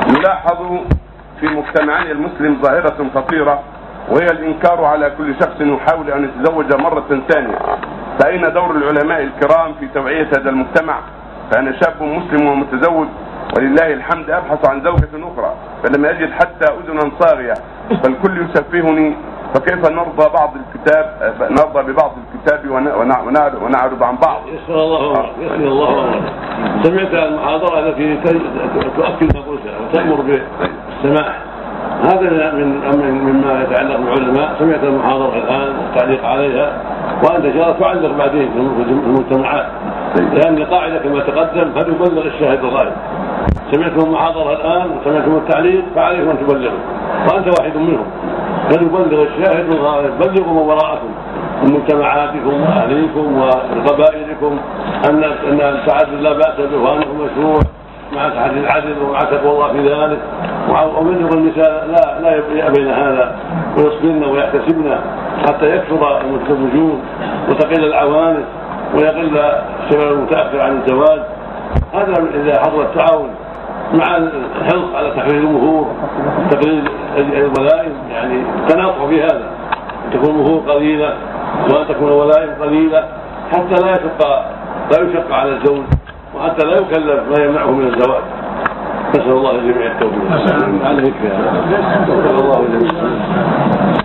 يلاحظ في مجتمعنا المسلم ظاهرة خطيرة، وهي الإنكار على كل شخص يحاول أن يتزوج مرة ثانية. فأين دور العلماء الكرام في توعية هذا المجتمع؟ فأنا شاب مسلم ومتزوج ولله الحمد أبحث عن زوجة أخرى، فلم أجد حتى أذنا صاغية، فالكل يسفهني. فكيف نرضى ببعض الكتاب ونعرض عن بعض؟ يسر الله أمرك. سمعت المحاضرة التي تؤكد ما قلتها وتأمر بالسماح، هذا مما يتعلق بالعلماء. سمعت المحاضرة الآن والتعليق عليها، وأنت جاء تعلق بعدين في المجتمعات، لأن القاعدة كما تقدم فليبلغ الشاهد الغائب. سمعتم المحاضرة الآن وسمعتم التعليق، فعليكم أن تبلغوا، وأنت واحد منهم. فليبلغ الشاهد الغائب. بلغوا من وراءكم من مجتمعاتكم وأهليكم وقبائلكم أن التعدد لا بأس به وأنه مشروع مع تحري العدل ومع تقوى الله في ذلك. وبلغوا النساء لا يأبين هذا ويصبرن ويحتسبن حتى يكثر المتزوجون وتقل العوانس ويقل الشباب المتأخر عن الزواج. هذا إذا حصل التعاون مع الحرص على تحرير المهور وتقليل الولائم، يعني تناقض في هذا، أن تكون المهور قليلة وأن تكون الولائم قليلة حتى لا يشق على الزوج، وحتى لا يكلف ما يمنعه من الزواج. نسأل الله الجميع التوفيق.